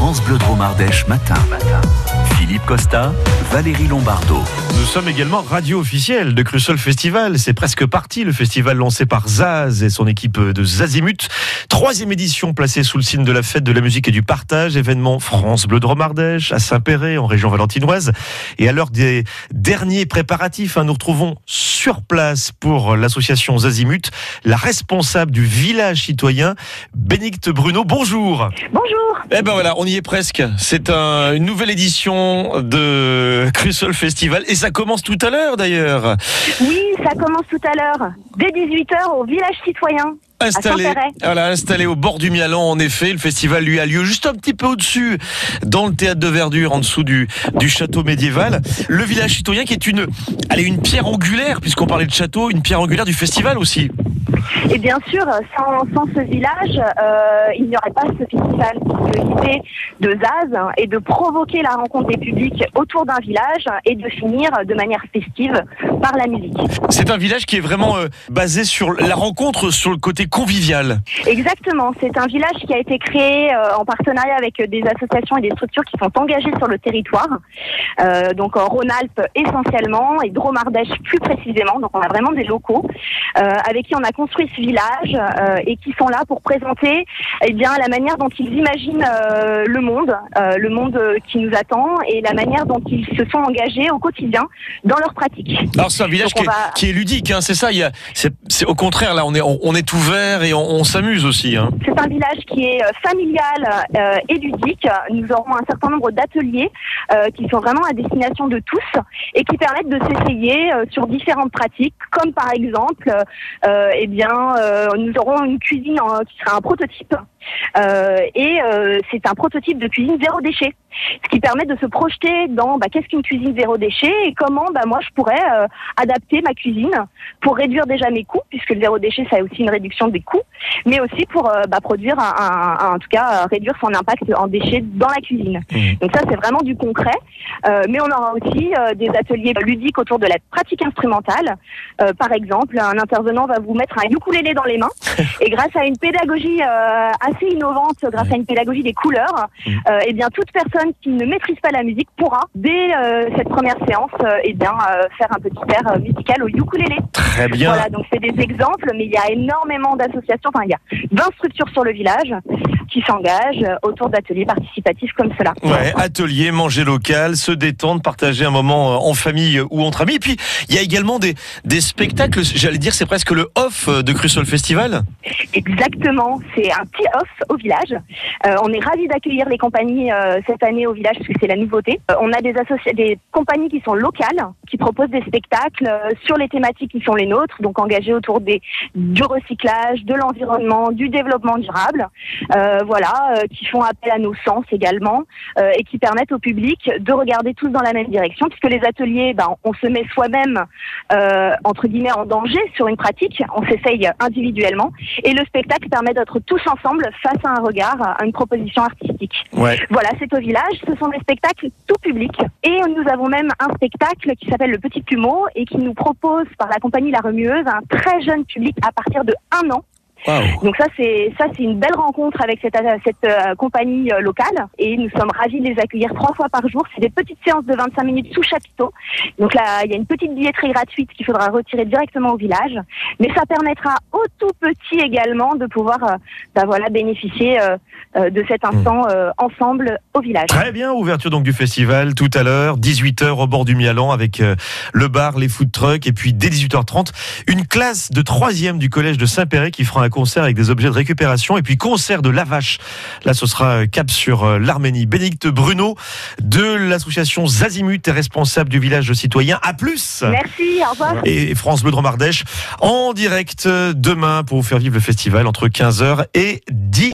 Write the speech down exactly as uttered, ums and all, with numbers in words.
France Bleu Drôme Ardèche matin. Philippe Costa, Valérie Lombardo. Nous sommes également radio officielle de Crucial Festival. C'est presque parti, le festival lancé par Zaz et son équipe de Zazimut. Troisième édition placée sous le signe de la fête de la musique et du partage. Événement France Bleu Drôme Ardèche à Saint-Péret en région valentinoise. Et à l'heure des derniers préparatifs, hein, nous retrouvons sur place pour l'association Zazimut la responsable du village citoyen, Bénédicte Bruno. Bonjour. Bonjour. Eh ben voilà, on y est presque. C'est un, une nouvelle édition de Crucial Festival et ça commence tout à l'heure d'ailleurs. Oui, ça commence tout à l'heure, dès dix-huit heures au village citoyen. Installé, voilà, installé au bord du Mialan, en effet, le festival lui a lieu juste un petit peu au-dessus, dans le théâtre de verdure, en dessous du, du château médiéval. Le village citoyen qui est une, allez, une pierre angulaire, puisqu'on parlait de château, une pierre angulaire du festival aussi. Et bien sûr, sans, sans ce village, euh, il n'y aurait pas ce festival. L'idée de Zaz est de provoquer la rencontre des publics autour d'un village et de finir de manière festive par la musique. C'est un village qui est vraiment euh, basé sur la rencontre, sur le côté convivial. Exactement, c'est un village qui a été créé euh, en partenariat avec des associations et des structures qui sont engagées sur le territoire, euh, donc en Rhône-Alpes essentiellement et Drôme Ardèche plus précisément, donc on a vraiment des locaux euh, avec qui on a construit ce village euh, et qui sont là pour présenter eh bien, la manière dont ils imaginent euh, le monde, euh, le monde qui nous attend et la manière dont ils se sont engagés au quotidien dans leur pratique. Alors c'est un village qui est, va... qui est ludique, hein, c'est ça, il y a, c'est, c'est, au contraire là on est, on, on est ouvert et on, on s'amuse aussi. Hein. C'est un village qui est familial euh, et ludique. Nous aurons un certain nombre d'ateliers euh, qui sont vraiment à destination de tous et qui permettent de s'essayer euh, sur différentes pratiques, comme par exemple, euh, eh bien, euh, nous aurons une cuisine en, qui sera un prototype. Euh, et euh, c'est un prototype de cuisine zéro déchet, ce qui permet de se projeter dans bah, qu'est-ce qu'une cuisine zéro déchet et comment bah, moi je pourrais euh, adapter ma cuisine pour réduire déjà mes coûts, puisque le zéro déchet ça a aussi une réduction des coûts, mais aussi pour euh, bah, produire un, un, un, en tout cas euh, réduire son impact en déchets dans la cuisine. Mmh. Donc ça c'est vraiment du concret, euh, mais on aura aussi euh, des ateliers ludiques autour de la pratique instrumentale. Euh, par exemple, un intervenant va vous mettre un ukulélé dans les mains et grâce à une pédagogie euh, assez innovante, grâce à une pédagogie des couleurs, euh, et bien toute personne qui ne maîtrise pas la musique pourra dès euh, cette première séance euh, et bien euh, faire un petit air euh, musical au ukulélé. Très bien. Voilà, donc c'est des exemples, mais il y a énormément d'associations, enfin il y a vingt structures sur le village qui s'engagent autour d'ateliers participatifs comme cela. Ouais, ateliers, manger local, se détendre, partager un moment en famille ou entre amis. Et puis, il y a également des, des spectacles, j'allais dire, c'est presque le off de Crucial Festival. Exactement, c'est un petit off au village. Euh, on est ravis d'accueillir les compagnies euh, cette année au village, parce que c'est la nouveauté. Euh, on a des, associ- des compagnies qui sont locales, qui proposent des spectacles euh, sur les thématiques qui sont les nôtres, donc engagées autour des, du recyclage, de l'environnement, du développement durable. Euh, voilà, euh, qui font appel à nos sens également euh, et qui permettent au public de regarder tous dans la même direction, puisque les ateliers, ben, on se met soi-même euh, entre guillemets en danger sur une pratique, on s'essaye individuellement et le spectacle permet d'être tous ensemble face à un regard, à une proposition artistique. Ouais. Voilà, c'est au village, ce sont des spectacles tout public et nous avons même un spectacle qui s'appelle Le Petit Plumeau et qui nous propose par la compagnie La Remueuse un très jeune public à partir de un an. Wow. Donc ça c'est ça c'est une belle rencontre avec cette cette euh, compagnie euh, locale et nous sommes ravis de les accueillir trois fois par jour. C'est des petites séances de vingt-cinq minutes sous chapiteau. Donc là il y a une petite billetterie gratuite qu'il faudra retirer directement au village, mais ça permettra aux tout petits également de pouvoir euh, bah, voilà bénéficier euh, euh, de cet instant euh, ensemble au village. Très bien, ouverture donc du festival tout à l'heure, dix-huit heures au bord du Mialan avec euh, le bar, les food trucks et puis dès dix-huit heures trente, une classe de troisième du collège de Saint-Péret qui fera un concert avec des objets de récupération et puis concert de la vache. Là, ce sera cap sur l'Arménie. Bénédicte Bruno de l'association Zazimut est responsable du village de citoyens. À plus. Merci, au revoir. Et France Bleu Drôme Ardèche en direct demain pour vous faire vivre le festival entre quinze heures et dix heures.